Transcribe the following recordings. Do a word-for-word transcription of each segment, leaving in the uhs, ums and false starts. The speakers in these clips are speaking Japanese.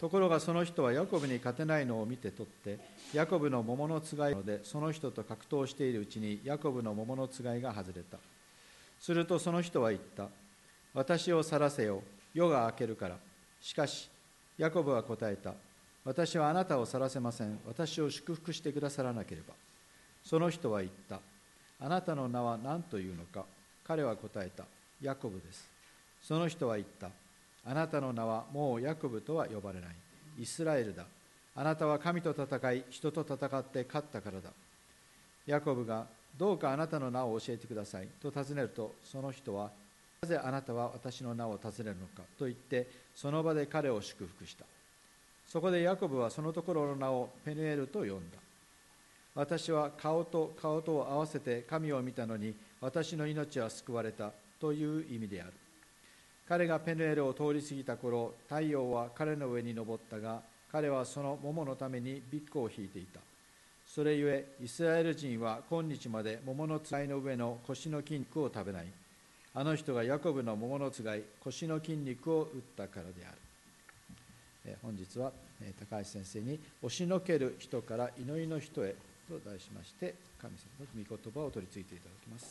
ところがその人はヤコブに勝てないのを見て取って、ヤコブの桃のつがいなので、その人と格闘しているうちにヤコブの桃のつがいが外れた。するとその人は言った。私を去らせよ、夜が明けるから。しかし、ヤコブは答えた。私はあなたを去らせません。私を祝福してくださらなければ。その人は言った。あなたの名は何というのか。彼は答えた。ヤコブです。その人は言った。あなたの名はもうヤコブとは呼ばれない。イスラエルだ。あなたは神と戦い、人と戦って勝ったからだ。ヤコブが、どうかあなたの名を教えてくださいと尋ねると、その人は、なぜあなたは私の名を尋ねるのかと言って、その場で彼を祝福した。そこでヤコブはそのところの名をペヌエルと呼んだ。私は顔と顔とを合わせて神を見たのに、私の命は救われたという意味である。彼がペヌエルを通り過ぎた頃、太陽は彼の上に昇ったが、彼はその桃のためにビッグを引いていた。それゆえ、イスラエル人は今日まで桃のつがいの上の腰の筋肉を食べない。あの人がヤコブの桃のつがい、腰の筋肉を打ったからである。え本日はえ高橋先生に、押しのける人から祈りの人へと題しまして、神様の御言葉を取り次いでいただきます。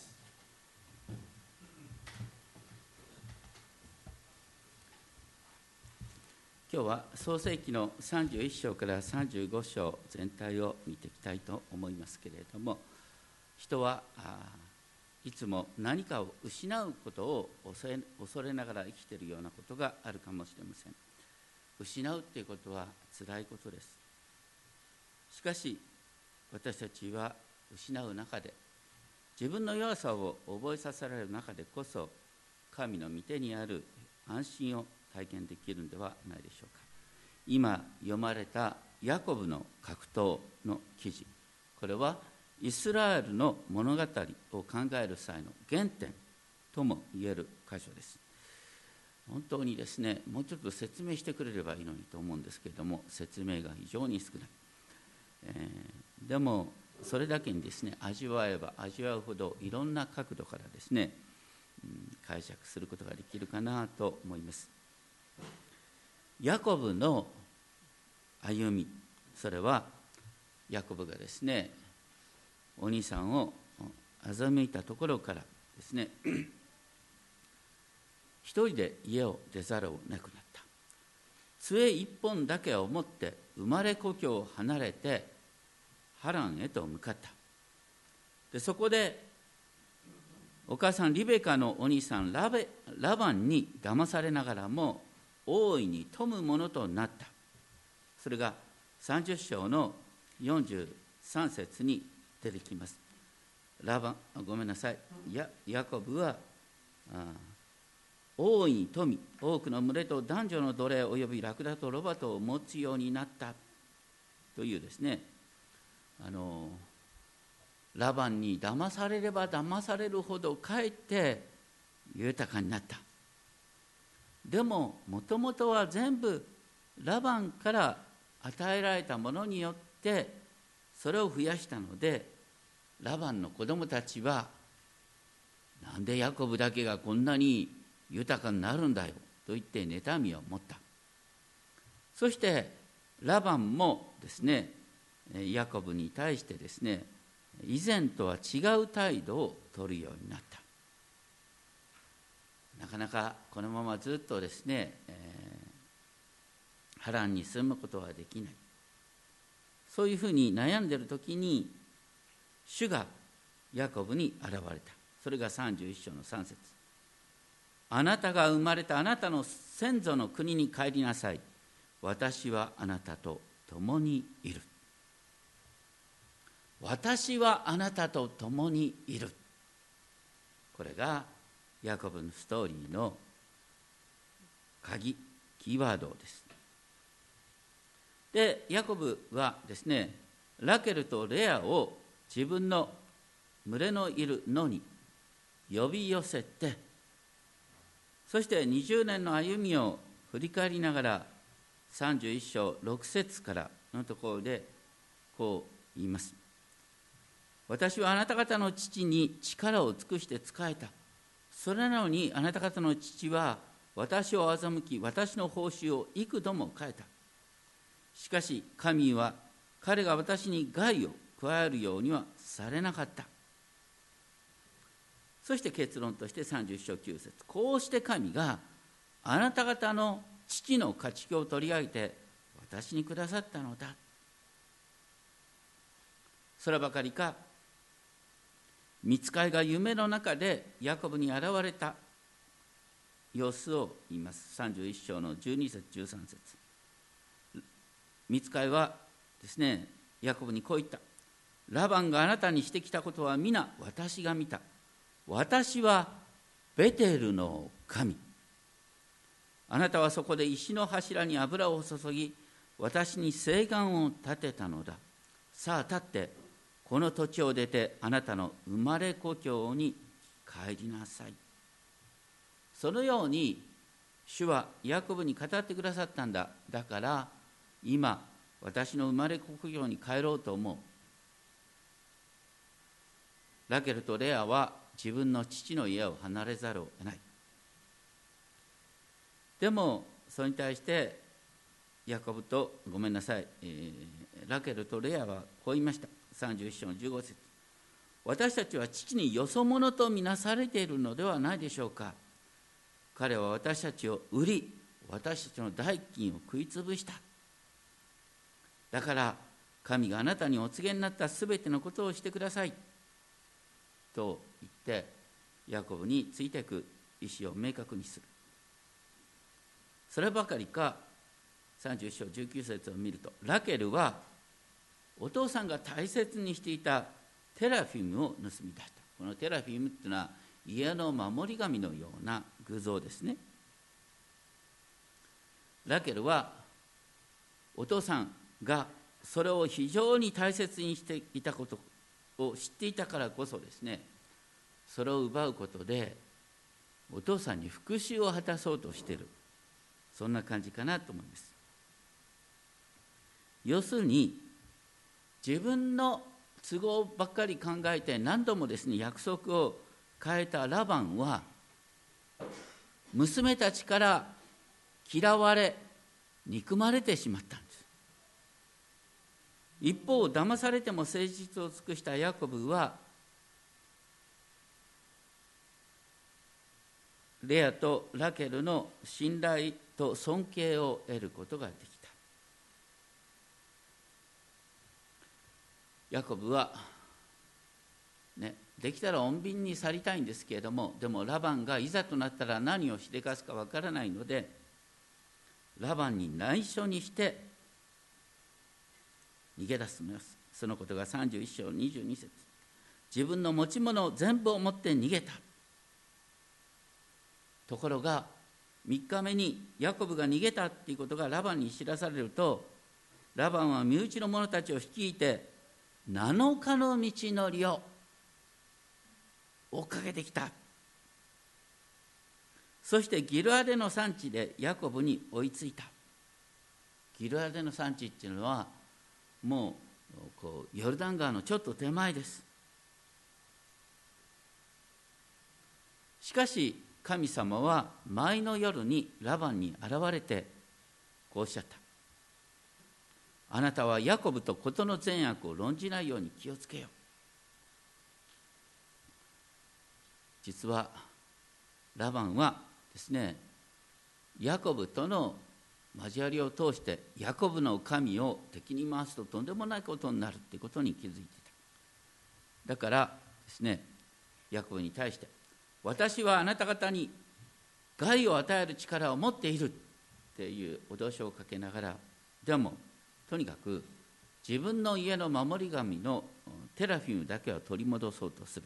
今日は創世記のさんじゅういっ章からさんじゅうご章全体を見ていきたいと思いますけれども、人はいつも何かを失うことを恐れ、恐れながら生きているようなことがあるかもしれません。失うということはつらいことです。しかし私たちは失う中で、自分の弱さを覚えさせられる中でこそ、神の御手にある安心を体験できるのではないでしょうか。今読まれたヤコブの格闘の記事、これはイスラエルの物語を考える際の原点とも言える箇所です。本当にですね、もうちょっと説明してくれればいいのにと思うんですけれども、説明が非常に少ない。えー、でもそれだけにですね、味わえば味わうほどいろんな角度からですね、うん、解釈することができるかなと思います。ヤコブの歩み、それはヤコブがですね、お兄さんを欺いたところからですね、一人で家を出ざるをなくなった。杖一本だけを持って生まれ故郷を離れてハランへと向かった。でそこでお母さんリベカのお兄さんラベラバンに騙されながらも大いに富むものとなった。それがさんじゅう章のよんじゅうさん節に出てきます。ラバンごめんなさいヤヤコブはあ大いに富、多くの群れと男女の奴隷およびラクダとロバとを持つようになったというですね、あのラバンに騙されれば騙されるほどかえって豊かになった。でももともとは全部ラバンから与えられたものによってそれを増やしたので、ラバンの子供たちはなんでヤコブだけがこんなに豊かになるんだよと言って妬みを持った。そしてラバンもですね、ヤコブに対してですね、以前とは違う態度を取るようになった。なかなかこのままずっとですね、えー、ハランに住むことはできない。そういうふうに悩んでいるときに主がヤコブに現れた。それがさんじゅういっ章のさん節。あなたが生まれたあなたの先祖の国に帰りなさい。私はあなたと共にいる。私はあなたと共にいる。これがヤコブのストーリーの鍵、キーワードです。で、ヤコブはですね、ラケルとレアを自分の群れのいる野に呼び寄せて、そしてにじゅうねんの歩みを振り返りながらさんじゅういっ章ろく節からのところでこう言います。私はあなた方の父に力を尽くして仕えた。それなのにあなた方の父は私を欺き、私の報酬を幾度も変えた。 しかし神は彼が私に害を加えるようにはされなかった。そして結論としてさんじゅういっ章きゅう節、こうして神があなた方の父の家畜を取り上げて私にくださったのだ。そればかりか、御使いが夢の中でヤコブに現れた様子を言います。さんじゅういっ章のじゅうに節じゅうさん節、御使いはですね、ヤコブにこう言った。ラバンがあなたにしてきたことは皆私が見た。私はベテルの神。あなたはそこで石の柱に油を注ぎ、私に誓願を立てたのだ。さあ立ってこの土地を出てあなたの生まれ故郷に帰りなさい。そのように主はヤコブに語ってくださったんだ。だから今私の生まれ故郷に帰ろうと思う。ラケルとレアは自分の父の家を離れざるを得ない。でもそれに対してヤコブとごめんなさい、えー、ラケルとレアはこう言いました。さんじゅういっ章のじゅうご節、私たちは父によそ者とみなされているのではないでしょうか。彼は私たちを売り、私たちの代金を食いつぶした。だから神があなたにお告げになったすべてのことをしてくださいと言ってヤコブについていく意思を明確にする。そればかりか、さんじゅういっ章じゅうきゅう節を見ると、ラケルはお父さんが大切にしていたテラフィムを盗み出した。このテラフィムっていうのは家の守り神のような偶像ですね。ラケルはお父さんがそれを非常に大切にしていたことを知っていたからこそですね、それを奪うことでお父さんに復讐を果たそうとしている、そんな感じかなと思います。要するに自分の都合ばっかり考えて何度もですね約束を変えたラバンは娘たちから嫌われ憎まれてしまったんです。一方騙されても誠実を尽くしたヤコブはレアとラケルの信頼と尊敬を得ることができた。ヤコブは、ね、できたら穏便に去りたいんですけれども、でもラバンがいざとなったら何をしでかすかわからないので、ラバンに内緒にして逃げ出すのです。そのことがさんじゅういっ章にじゅうに節、自分の持ち物を全部を持って逃げた。ところがみっかめにヤコブが逃げたということがラバンに知らされると、ラバンは身内の者たちを率いてなのかの道のりを追っかけてきた。そしてギルアデの山地でヤコブに追いついた。ギルアデの山地っていうのはもうこうヨルダン川のちょっと手前です。しかし神様は前の夜にラバンに現れてこうおっしゃった。あなたはヤコブと事の善悪を論じないように気をつけよう。実はラバンはですね、ヤコブとの交わりを通してヤコブの神を敵に回すととんでもないことになるということに気づいていた。だからですね、ヤコブに対して、私はあなた方に害を与える力を持っているっていう脅しをかけながら、でもとにかく自分の家の守り神のテラフィムだけを取り戻そうとする。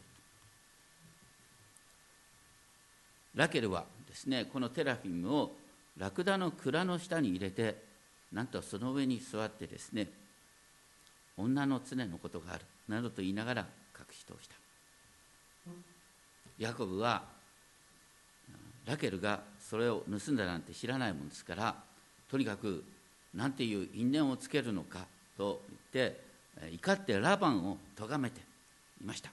ラケルはですね、このテラフィムをラクダの蔵の下に入れて、なんとその上に座ってですね、女の常のことがあるなどと言いながら隠し通した。ヤコブはラケルがそれを盗んだなんて知らないもんですから、とにかくなんていう因縁をつけるのかと言って怒ってラバンを咎めていました。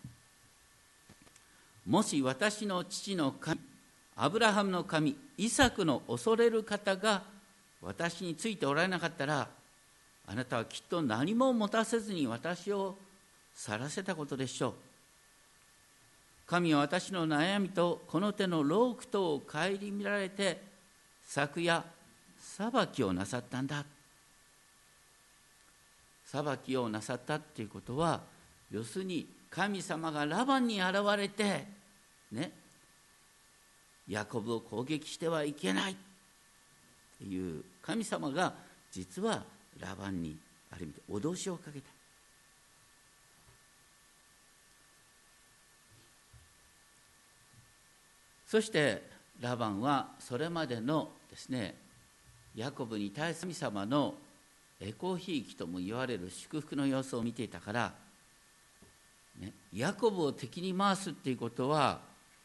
もし私の父の神アブラハムの神イサクの恐れる方が私についておられなかったら、 あなたはきっと何も持たせずに私を去らせたことでしょう。神は私の悩みとこの手の労苦とを顧みられて昨夜裁きをなさったんだ。裁きをなさったっていうことは、要するに神様がラバンに現れてね、ヤコブを攻撃してはいけないっていう神様が実はラバンにある意味で脅しをかけた。そしてラバンはそれまでのですね、ヤコブに対する神様のエコひいきとも言われる祝福の様子を見ていたから、ね、ヤコブを敵に回すっていうことは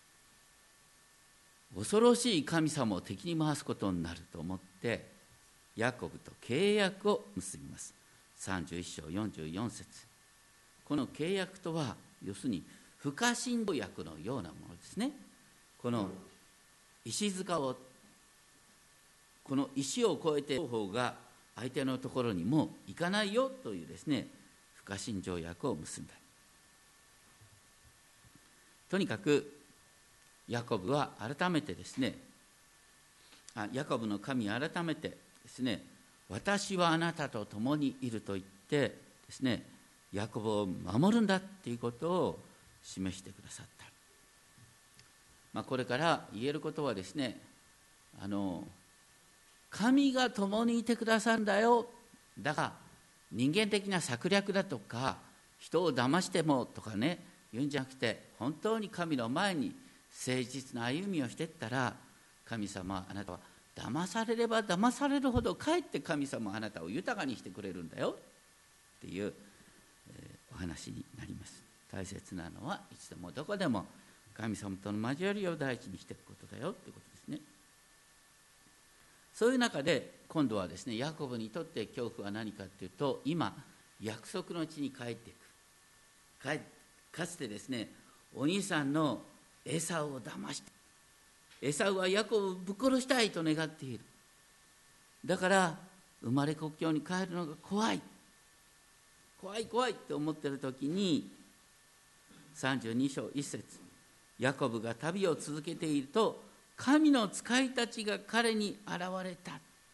恐ろしい神様を敵に回すことになると思ってヤコブと契約を結びます。さんじゅういっ章よんじゅうよん節。この契約とは要するに不可侵条約のようなものですね。この石塚をこの石を越えて双方が相手のところにも行かないよというですね、不可侵条約を結んだ。とにかくヤコブは改めてですね、あヤコブの神は改めてですね、私はあなたと共にいると言ってですね、ヤコブを守るんだということを示してくださった。まあ、これから言えることはですね、あの神が共にいてくださるんだよ。だから人間的な策略だとか人を騙してもとかね言うんじゃなくて、本当に神の前に誠実な歩みをしていったら、神様はあなたは騙されれば騙されるほどかえって神様はあなたを豊かにしてくれるんだよっていう、えー、お話になります。大切なのはいつでもどこでも神様との交わりを大事にしていくことだよということですね。そういう中で今度はですね、ヤコブにとって恐怖は何かというと、今約束の地に帰っていく。かかつてですね、お兄さんのエサウを騙して、エサウはヤコブをぶっ殺したいと願っている。だから生まれ故郷に帰るのが怖い怖い怖いって思っている時に、さんじゅうに章いち節、ヤコブが旅を続けていると神の使いたちが彼に現れた。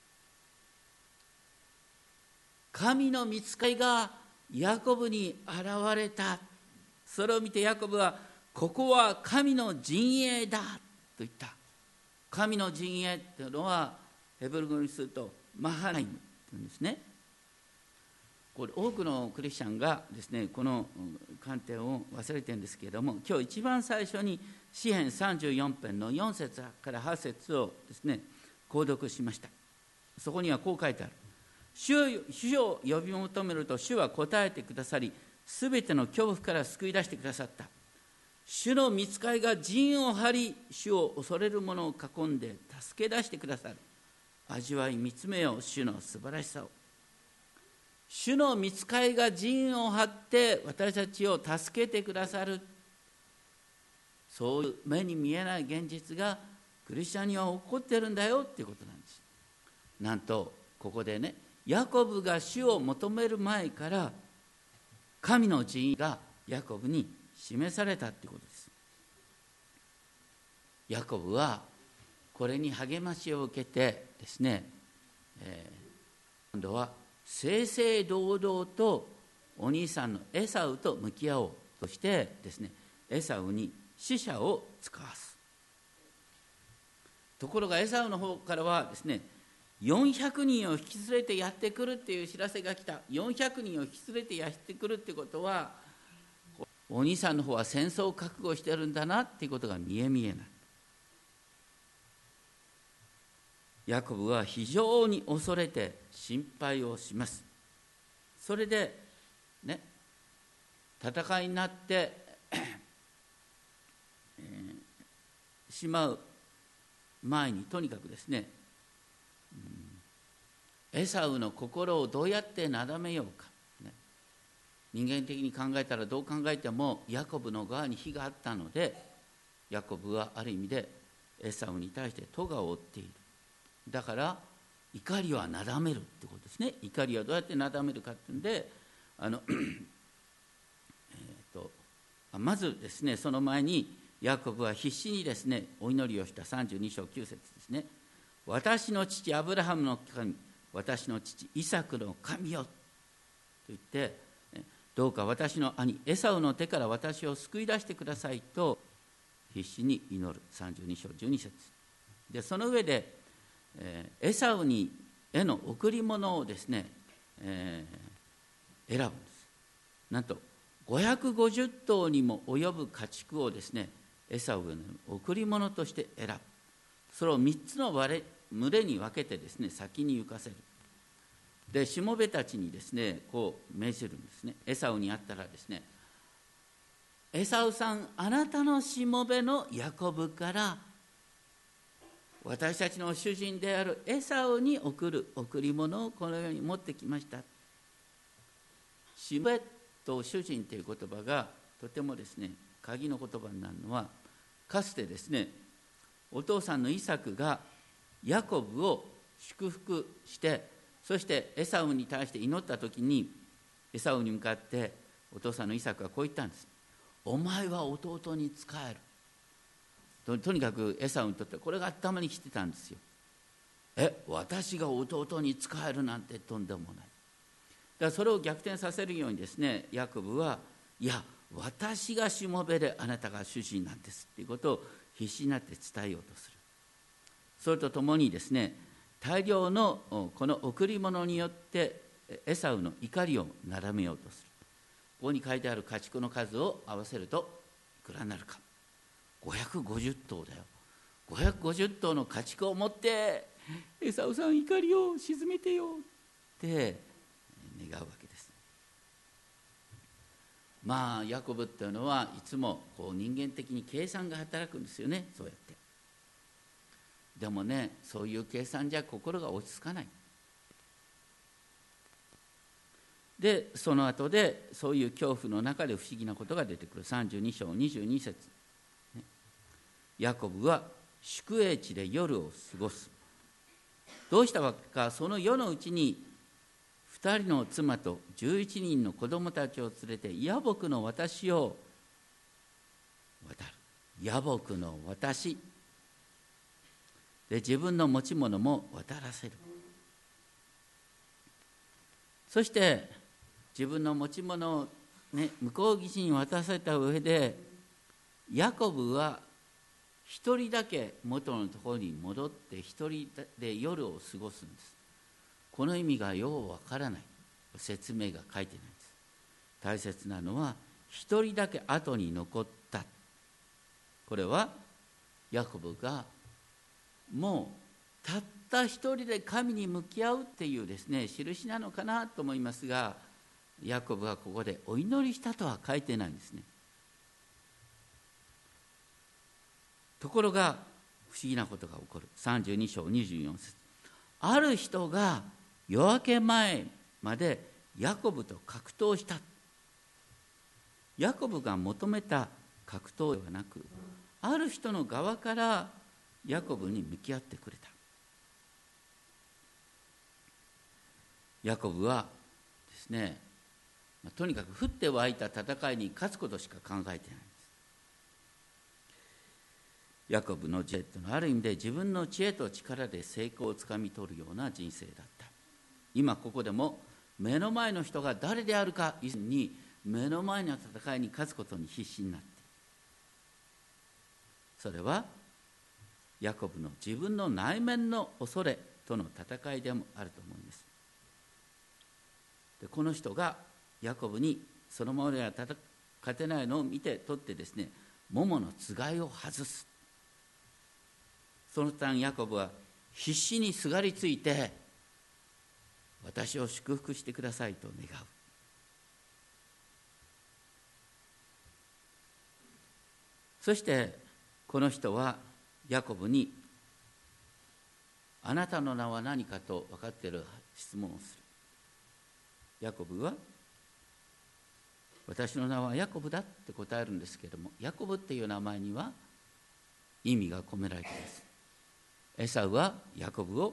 神の御使いがヤコブに現れた。それを見てヤコブは、ここは神の陣営だと言った。神の陣営というのはヘブル語にするとマハナイムというんですね。これ多くのクリスチャンがですね、この観点を忘れてるんですけれども、今日一番最初に詩編さんじゅうよん編のよん節からはち節をですね購読しました。そこにはこう書いてある。主を、主を呼び求めると主は答えてくださり、すべての恐怖から救い出してくださった。主の御使いが陣を張り、主を恐れる者を囲んで助け出してくださる。味わい見つめよう主の素晴らしさを。主の御使いが陣を張って私たちを助けてくださる。そういう目に見えない現実がクリスチャンには起こってるんだよっていうことなんです。なんとここでね、ヤコブが主を求める前から神の陣がヤコブに示されたということです。ヤコブはこれに励ましを受けてですね、えー、今度は正々堂々とお兄さんのエサウと向き合おうとしてですね、エサウに使者を使わす。ところがエサウの方からはですね、よんひゃくにんを引き連れてやってくるっていう知らせが来た。よんひゃくにんを引き連れてやってくるってことは、お兄さんの方は戦争を覚悟してるんだなっていうことが見え見えない。ヤコブは非常に恐れて心配をします。それでね、戦いになって、えー、しまう前にとにかくですね、うん、エサウの心をどうやってなだめようか、ね、人間的に考えたらどう考えてもヤコブの側に非があったので、ヤコブはある意味でエサウに対して咎を負っている。だから怒りはなだめるってことですね。怒りはどうやってなだめるかっていうんで、あのえーとまずですね、その前にヤコブは必死にですねお祈りをしたさんじゅうに章きゅう節ですね。私の父アブラハムの神、私の父イサクの神よと言って、どうか私の兄エサウの手から私を救い出してくださいと必死に祈る。さんじゅうに章じゅうに節で、その上で、えー、エサウにへの贈り物をですね、えー、選ぶんです。なんとごひゃくごじゅっ頭にも及ぶ家畜をですねエサウへの贈り物として選ぶ。それをみっつの割れ群れに分けてですね先に行かせる。でしもべたちにですねこう命じるんですね。エサウに会ったらですね、エサウさん、あなたのしもべのヤコブから私たちの主人であるエサウに贈る贈り物をこのように持ってきました。しもべと主人という言葉がとてもですね鍵の言葉になるのは、かつてですねお父さんのイサクがヤコブを祝福して、そしてエサウに対して祈った時にエサウに向かってお父さんのイサクはこう言ったんです。お前は弟に仕える と, とにかくエサウにとってこれが頭にきてたんですよ。え私が弟に仕えるなんてとんでもない。だからそれを逆転させるようにですねヤコブはいや私がしもべであなたが主人なんですということを必死になって伝えようとする。それとともにですね大量のこの贈り物によってエサウの怒りをなだめようとする。ここに書いてある家畜の数を合わせるといくらになるか。ごひゃくごじゅっ頭だよ。ごひゃくごじゅっ頭の家畜を持ってエサウさん怒りを鎮めてよって願うわけです。まあヤコブっていうのはいつもこう人間的に計算が働くんですよね。そうやってでもね、そういう計算じゃ心が落ち着かない。でその後でそういう恐怖の中で不思議なことが出てくる。さんじゅうに章にじゅうに節、ね、ヤコブは宿営地で夜を過ごす。どうしたわけか、その夜のうちにふたりの妻とじゅういちにんの子供たちを連れて野木の私を渡る。野木の私で自分の持ち物も渡らせる。そして自分の持ち物を、ね、向こう岸に渡された上でヤコブは一人だけ元のところに戻って一人で夜を過ごすんです。この意味がようわからない。説明が書いてないんです。大切なのは一人だけ後に残った。これはヤコブがもうたった一人で神に向き合うっていうですね印なのかなと思いますが、ヤコブはここでお祈りしたとは書いてないんですね。ところが不思議なことが起こる。さんじゅうに章にじゅうよん節、ある人が夜明け前までヤコブと格闘した。ヤコブが求めた格闘ではなく、ある人の側からヤコブに向き合ってくれた。ヤコブはですね、とにかく降って湧いた戦いに勝つことしか考えてないんです。ヤコブの知恵というのはある意味で自分の知恵と力で成功をつかみ取るような人生だった。今ここでも目の前の人が誰であるか以前に目の前の戦いに勝つことに必死になっている。それはヤコブの自分の内面の恐れとの戦いでもあると思います。でこの人がヤコブにそのままでは勝てないのを見て取ってですね、桃のつがいを外す。その途端ヤコブは必死にすがりついて、私を祝福してくださいと願う。そしてこの人はヤコブに、あなたの名は何かと分かっている質問をする。ヤコブは、私の名はヤコブだって答えるんですけれども、ヤコブっていう名前には意味が込められています。エサウはヤコブを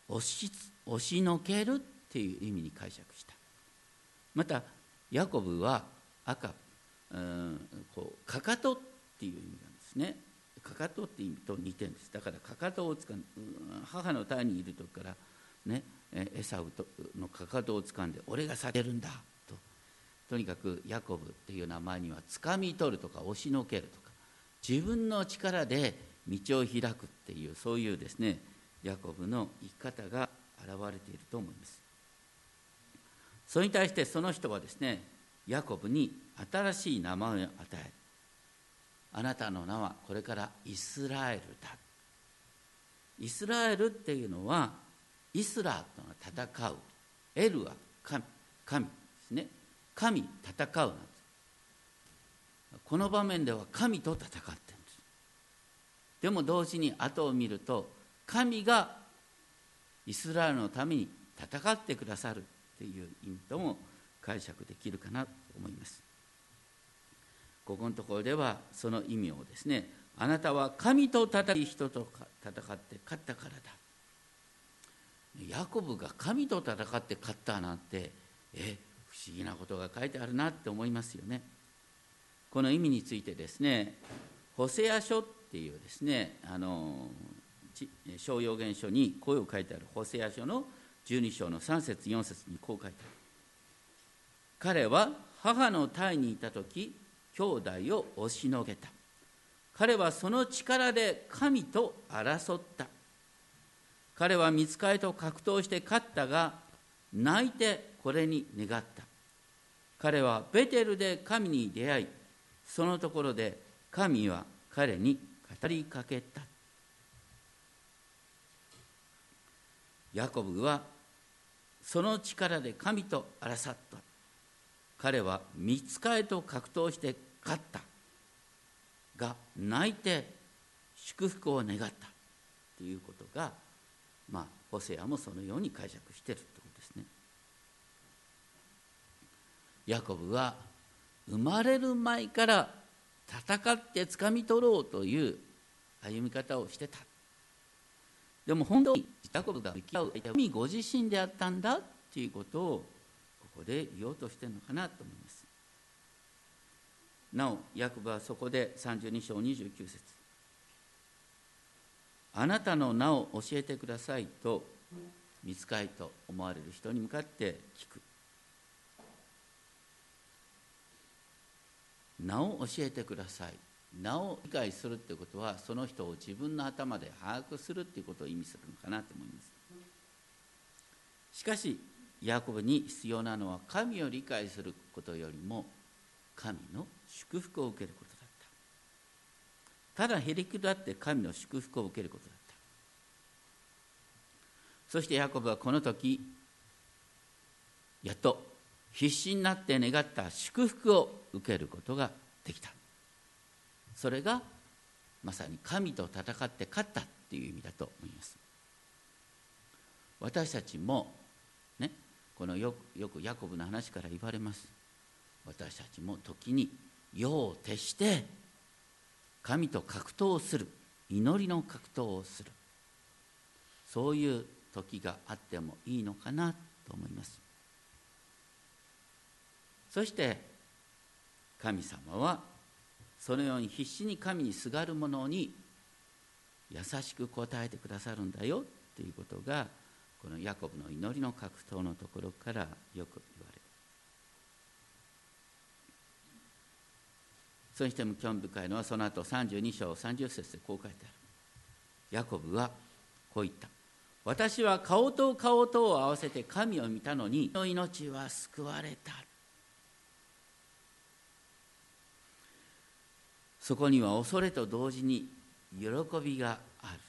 押し押しのけるっていう意味に解釈した。またヤコブは赤、うん、こうかかとっていう意味なんですね。かかとっていう意味と似てるんです。だからかかとをつかん、母の胎にいる時からね、エサウのかかとをつかんで俺が避けるんだと、とにかくヤコブっていう名前にはつかみ取るとか押しのけるとか自分の力で道を開くっていう、そういうですねヤコブの生き方が現れていると思います。それに対してその人はですね、ヤコブに新しい名前を与え、あなたの名はこれからイスラエルだ。イスラエルっていうのはイスラというのは戦う、エルは神、神ですね。神、戦うなんです。この場面では神と戦っているんです。でも同時に後を見ると神がイスラエルのために戦ってくださるっていう意味とも解釈できるかなと思います。ここのところではその意味をですね、あなたは神と戦い人と戦って勝ったからだ。ヤコブが神と戦って勝ったなんてえ不思議なことが書いてあるなって思いますよね。この意味についてですね、ホセア書っていうですね、あの小預言書にこう書いてある。ホセア書のじゅうに章のさん節よん節にこう書いてある。彼は母の胎にいた時兄弟を押しのけた。彼はその力で神と争った。彼は御使いと格闘して勝ったが、泣いてこれに願った。彼はベテルで神に出会い、そのところで神は彼に語りかけた。ヤコブはその力で神と争った。彼は御使いと格闘して勝ったが、泣いて祝福を願ったということが、まあホセアもそのように解釈しているということですね。ヤコブは生まれる前から戦って掴み取ろうという歩み方をしてた。でも本当にヤコブが向き合う相手は神ご自身であったんだということをここで言おうとしているのかなと思います。なおヤコブはそこでさんじゅうに章にじゅうきゅう節、あなたの名を教えてくださいと御使いと思われる人に向かって聞く。名を教えてください。名を理解するということは、その人を自分の頭で把握するということを意味するのかなと思います。しかしヤコブに必要なのは神を理解することよりも神の祝福を受けることだった。ただへりくだって神の祝福を受けることだった。そしてヤコブはこの時やっと必死になって願った祝福を受けることができた。それがまさに神と戦って勝ったっていう意味だと思います。私たちもね、このよく、よくヤコブの話から言われます。私たちも時に夜を徹して神と格闘をする、祈りの格闘をする、そういう時があってもいいのかなと思います。そして神様はそのように必死に神にすがる者に優しく応えてくださるんだよということが、このヤコブの祈りの格闘のところからよく言われる。そしても興味深いのはその後さんじゅうに章さんじゅう節でこう書いてある。ヤコブはこう言った。私は顔と顔とを合わせて神を見たのに、の命は救われた。そこには恐れと同時に喜びがある。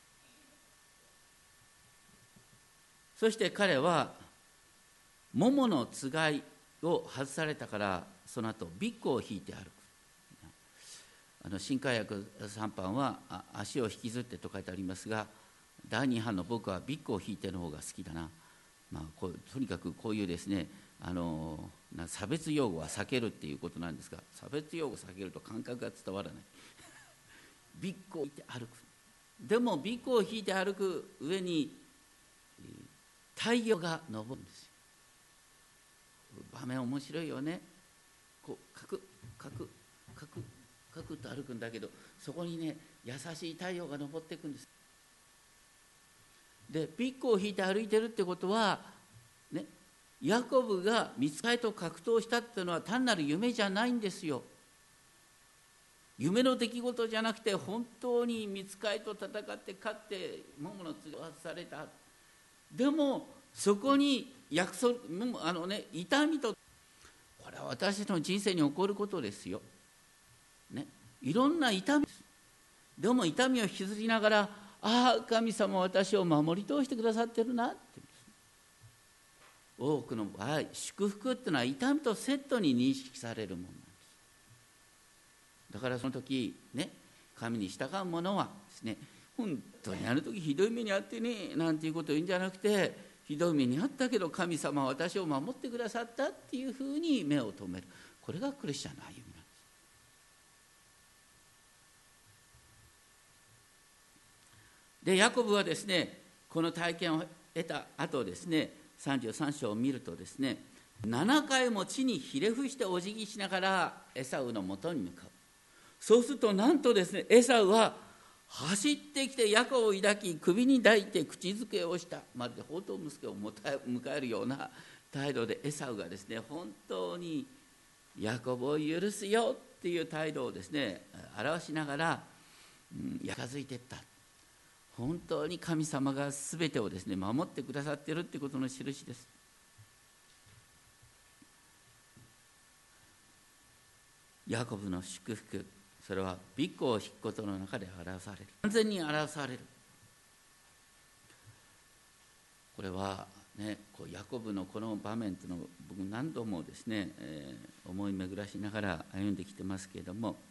そして彼は桃のつがいを外されたから、その後ビッグを引いて歩く。あの新海訳さん版は足を引きずってと書いてありますが、だいに版の僕はビッグを引いての方が好きだな。まあ、こうとにかくこういうですね、あの差別用語は避けるっていうことなんですが、差別用語を避けると感覚が伝わらないビッグを引いて歩く。でもビッグを引いて歩く上に太陽が昇るんですよ。場面面白いよね。こうカクカクカクカクと歩くんだけど、そこにね優しい太陽が昇っていくんです。でピックを引いて歩いてるってことはね、ヤコブが御使いと格闘したっていうのは単なる夢じゃないんですよ。夢の出来事じゃなくて、本当に御使いと戦って勝って桃の継がされた。でもそこに約束あのね痛みと、これは私たちの人生に起こることですよ、ね、いろんな痛みです。でも痛みを引きずりながら、ああ神様は私を守り通してくださってるなって言うんです。多くの場合祝福っていうのは痛みとセットに認識されるものなんです。だからその時ね、神に従う者はですね、本当にあの時ひどい目にあってねなんていうことを言うんじゃなくて、ひどい目にあったけど神様は私を守ってくださったっていうふうに目を留める。これがクリスチャンの歩みなんです。でヤコブはですね、この体験を得た後ですね、さんじゅうさん章を見るとですね、ななかいも地にひれ伏してお辞儀しながらエサウのもとに向かう。そうするとなんとですね、エサウは走ってきてヤコブを抱き、首に抱いて口づけをした。まるで放蕩息子を迎えるような態度でエサウがですね、本当にヤコブを許すよっていう態度をですね表しながら、うん、近づいていった。本当に神様が全てをですね守ってくださっているってことの印です。ヤコブの祝福、それはビッグを引くことの中で表される、完全に表される。これはね、こうヤコブのこの場面というのを僕何度もですね、えー、思い巡らしながら歩んできてますけれども、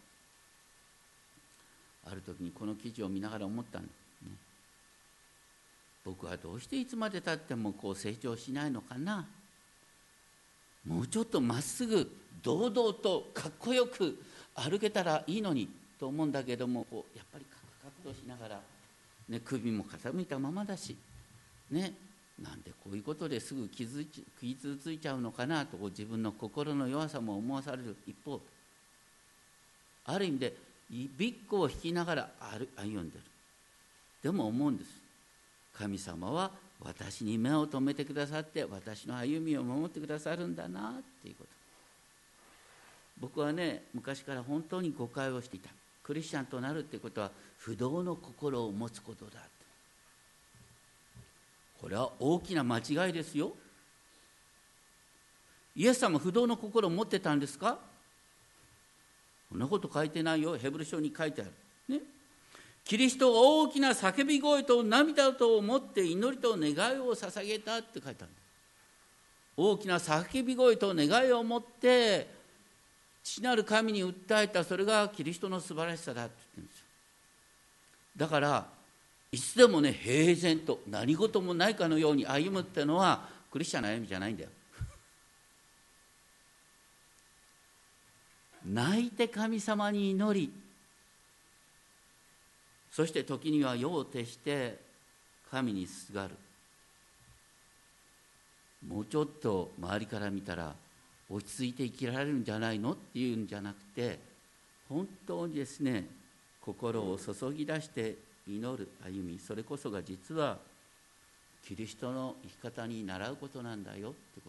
ある時にこの記事を見ながら思ったんですね。僕はどうしていつまでたってもこう成長しないのかな。もうちょっとまっすぐ堂々とかっこよく歩けたらいいのにと思うんだけども、こうやっぱりカクカクとしながら、ね、首も傾いたままだし、ね、なんでこういうことですぐ傷ついちゃうのかなと、こう自分の心の弱さも思わされる一方、ある意味でビッグを引きながら歩んでる。でも思うんです。神様は私に目を留めてくださって、私の歩みを守ってくださるんだなっていうこと。僕はね、昔から本当に誤解をしていた。クリスチャンとなるってことは不動の心を持つことだ。これは大きな間違いですよ。イエス様不動の心を持ってたんですか？そんなこと書いてないよ。ヘブル書に書いてある、ね、キリストが大きな叫び声と涙と思って祈りと願いを捧げたって書いてある。大きな叫び声と願いを持って父なる神に訴えた、それがキリストの素晴らしさだって言ってるんですよ。だからいつでもね、平然と何事もないかのように歩むっていうのはクリスチャンの歩みじゃないんだよ。泣いて神様に祈り、そして時には夜を徹して神にすがる。もうちょっと周りから見たら落ち着いて生きられるんじゃないのっていうんじゃなくて、本当にですね、心を注ぎ出して祈る歩み、それこそが実はキリストの生き方に倣うことなんだよってこと。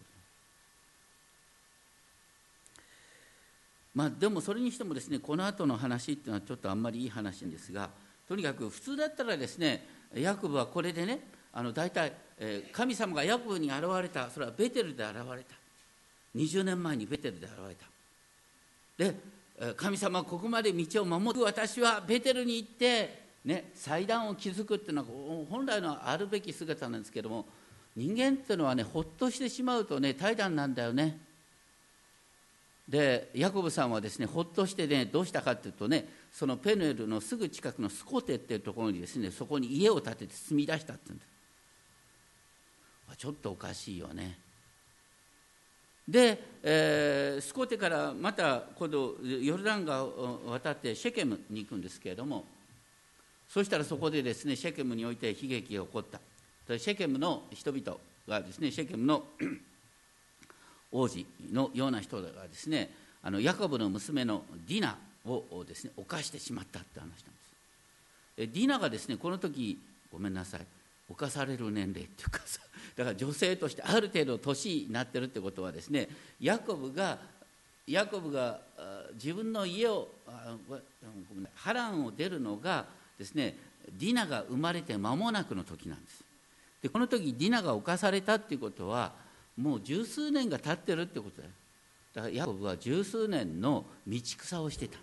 まあでもそれにしてもですね、この後の話っていうのはちょっとあんまりいい話なんですが、とにかく普通だったらですね、ヤコブはこれでね、あの大体、えー、神様がヤコブに現れた、それはベテルで現れた。にじゅうねんまえにベテルで現れた。で、神様はここまで道を守る、私はベテルに行ってね、祭壇を築くっていうのは本来のあるべき姿なんですけども、人間っていうのはね、ほっとしてしまうとね、怠惰なんだよね。でヤコブさんはですね、ほっとしてね、どうしたかっていうとね、そのペヌエルのすぐ近くのスコテっていうところにですね、そこに家を建てて住み出したって言うんです。ちょっとおかしいよね。で、えー、スコテからまた今度ヨルダン川を渡ってシェケムに行くんですけれども、そしたらそこでですね、シェケムにおいて悲劇が起こった。 シェケムの人々がですね、シェケムの王子のような人がですね、あのヤコブの娘のディナをですね犯してしまったって話なんです。ディナがですねこの時ごめんなさい犯される年齢っていうかさ、だから女性としてある程度年になってるってことはですね、ヤコブがヤコブが自分の家をハランを出るのがですね、ディナが生まれて間もなくの時なんです。でこの時ディナが犯されたっていうことはもう十数年が経ってるってことだよ。だからヤコブは十数年の道草をしてた。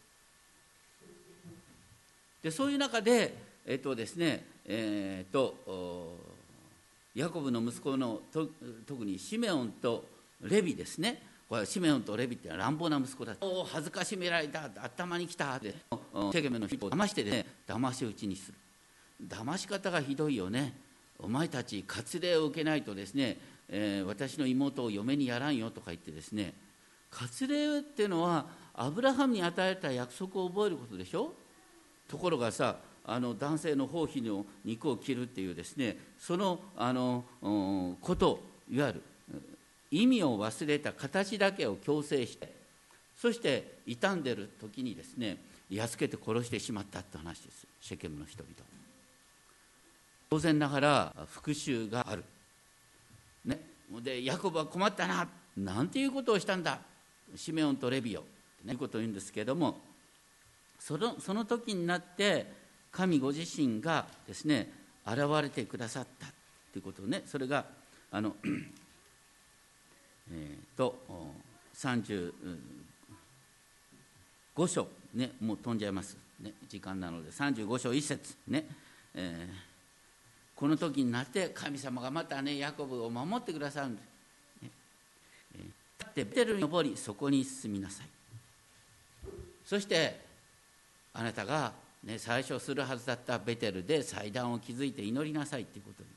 でそういう中でえっとですねえー、っとヤコブの息子のと特にシメオンとレビですね。これシメオンとレビって乱暴な息子だ。お恥ずかしめられた、頭に来たってセケメの人を騙してね、騙し討ちにする。騙し方がひどいよね。お前たち割礼を受けないとですね、えー、私の妹を嫁にやらんよとか言ってですね、割礼っていうのはアブラハムに与えた約束を覚えることでしょ。ところがさ、あの男性の包皮の肉を切るっていうですね、そのあのこといわゆる意味を忘れた形だけを強制して、そして傷んでる時にですねやっつけて殺してしまったって話です。シェケムの人々、当然ながら復讐がある、ね、でヤコブは困ったな、なんていうことをしたんだシメオンとレビオということを言うんですけれども、その、その時になって神ご自身がですね現れてくださったということをね、それがあのえー、とさんじゅうご章、ね、もう飛んじゃいます、ね、時間なのでさんじゅうご章いっ節ね、えー、この時になって神様がまたねヤコブを守ってくださるんです、ねえー、立ってベテルに登りそこに進みなさい。そしてあなたが、ね、最初するはずだったベテルで祭壇を築いて祈りなさいということに、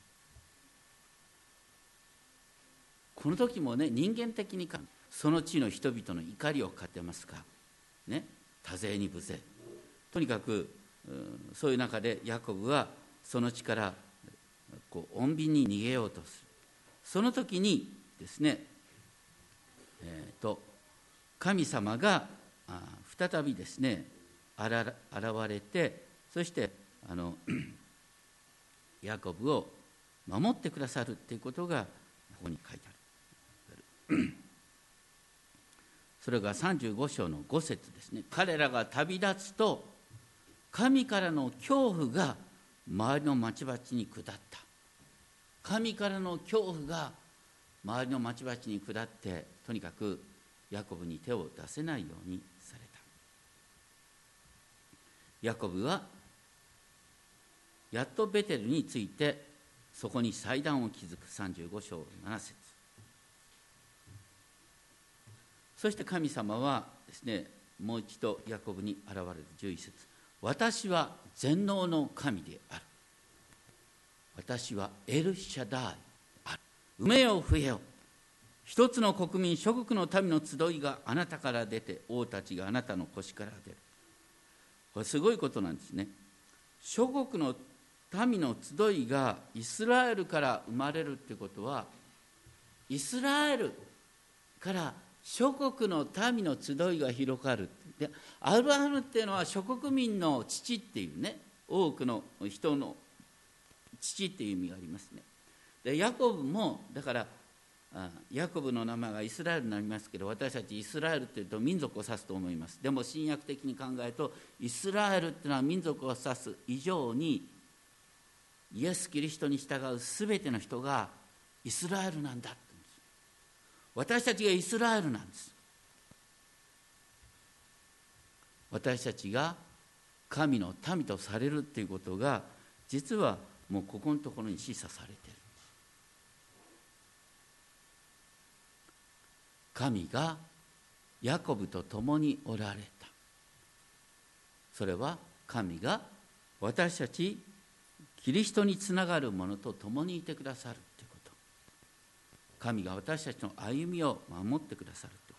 この時もね人間的にその地の人々の怒りを買ってますか、ね、多勢に無勢、とにかくそういう中でヤコブはその地からこう穏便に逃げようとする。その時にですね、えー、と神様が再びですね現れて、そしてあのヤコブを守ってくださるということがここに書いてある。それがさんじゅうご章のご節ですね。彼らが旅立つと神からの恐怖が周りの町々に下った。神からの恐怖が周りの町々に下って、とにかくヤコブに手を出せないようにされた。ヤコブはやっとベテルについてそこに祭壇を築く。さんじゅうご章なな節。そして神様はですね、もう一度ヤコブに現れるじゅういち節。私は全能の神である。私はエルシャダイである。埋めよ増えよ。一つの国民諸国の民の集いがあなたから出て、王たちがあなたの腰から出る。これすごいことなんですね。諸国の民の集いがイスラエルから生まれるってことは、イスラエルから諸国の民の集いが広がる。でアブラハムっていうのは諸国民の父っていうね、多くの人の父っていう意味がありますね。でヤコブもだからヤコブの名前がイスラエルになりますけど、私たちイスラエルっていうと民族を指すと思います。でも新約的に考えるとイスラエルっていうのは民族を指す以上に、イエス・キリストに従うすべての人がイスラエルなんだって言うんです。私たちがイスラエルなんです。私たちが神の民とされるっていうことが、実はもうここのところに示唆されている。神がヤコブと共におられた。それは神が私たちキリストにつながる者と共にいてくださるということ。神が私たちの歩みを守ってくださるということ。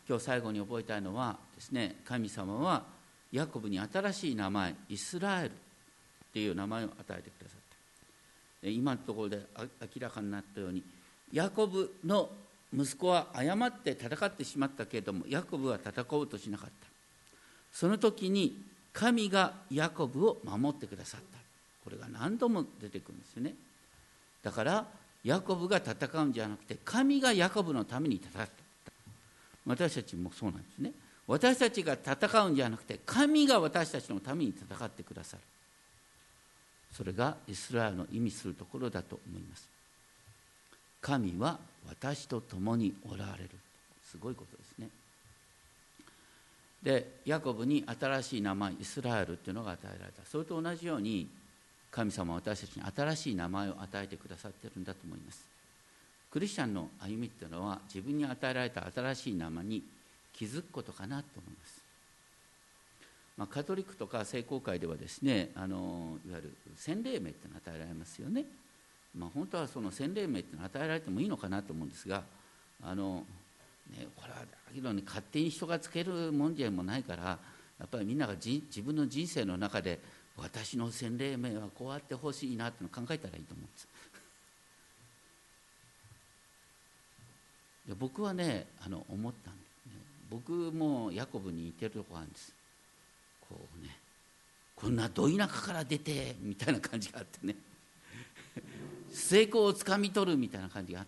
今日最後に覚えたいのはですね、神様はヤコブに新しい名前、イスラエルっていう名前を与えてくださった。 今のところで明らかになったように、ヤコブの息子は誤って戦ってしまったけれども、ヤコブは戦おうとしなかった。その時に神がヤコブを守ってくださった。これが何度も出てくるんですよね。だからヤコブが戦うんじゃなくて、神がヤコブのために戦った。私たちもそうなんですね。私たちが戦うんじゃなくて、神が私たちのために戦ってくださる。それがイスラエルの意味するところだと思います。神は私と共におられる。すごいことですね。で、ヤコブに新しい名前、イスラエルというのが与えられた。それと同じように、神様は私たちに新しい名前を与えてくださっているんだと思います。クリスチャンの歩みというのは、自分に与えられた新しい名前に気づくことかなと思います。まあ、カトリックとか聖公会ではですね、あのいわゆる洗礼名っていうのが与えられますよね。まあ、本当はその洗礼名っていうのが与えられてもいいのかなと思うんですが、あの、ね、これはだけどね、勝手に人がつけるもんじゃもないから、やっぱりみんながじ自分の人生の中で、私の洗礼名はこうあってほしいなっていうのを考えたらいいと思うんです。で、僕はね、あの思ったんですね。僕もヤコブに似てるところがあるんです。こうね、こんなど田舎から出てみたいな感じがあってね成功をつかみ取るみたいな感じがあって、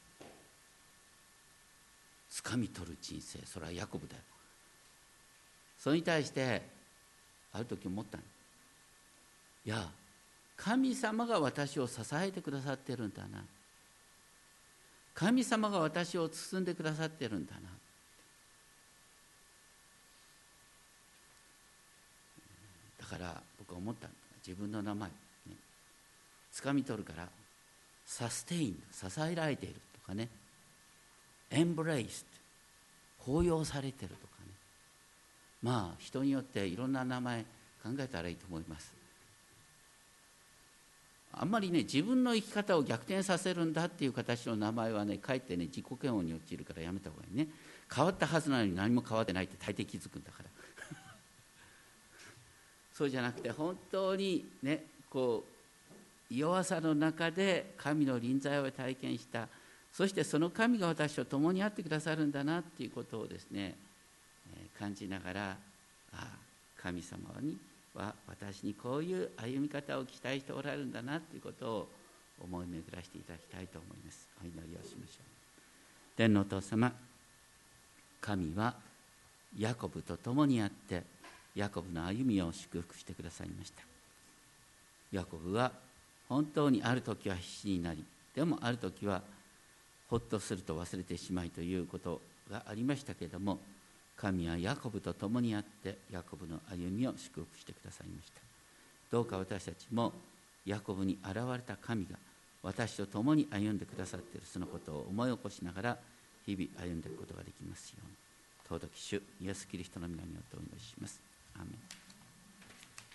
つかみ取る人生、それはヤコブだよ。それに対してある時思ったの。いや、神様が私を支えてくださってるんだな、神様が私を包んでくださってるんだな。だから僕は思ったんだ。自分の名前、ね、掴み取るから、サステイン、支えられているとかね、エンブレイス、抱擁されているとかね、まあ人によっていろんな名前考えたらいいと思います。あんまりね、自分の生き方を逆転させるんだっていう形の名前はね、かえってね、自己嫌悪に陥るからやめた方がいいね。変わったはずなのに何も変わってないって大抵気づくんだからそうじゃなくて、本当にね、こう弱さの中で神の臨在を体験した、そしてその神が私と共にあってくださるんだなっていうことをですね、えー、感じながら、ああ、神様には私にこういう歩み方を期待しておられるんだなということを思い巡らしていただきたいと思います。お祈りをしましょう。天のお父様、神はヤコブと共にあってヤコブの歩みを祝福してくださいました。ヤコブは本当にある時は必死になり、でもある時はほっとすると忘れてしまいということがありましたけれども、神はヤコブと共にあってヤコブの歩みを祝福してくださいました。どうか私たちもヤコブに現れた神が私と共に歩んでくださっているそのことを思い起こしながら日々歩んでいくことができますように、尊き主イエスキリストの皆によってお祈りします。アーメン。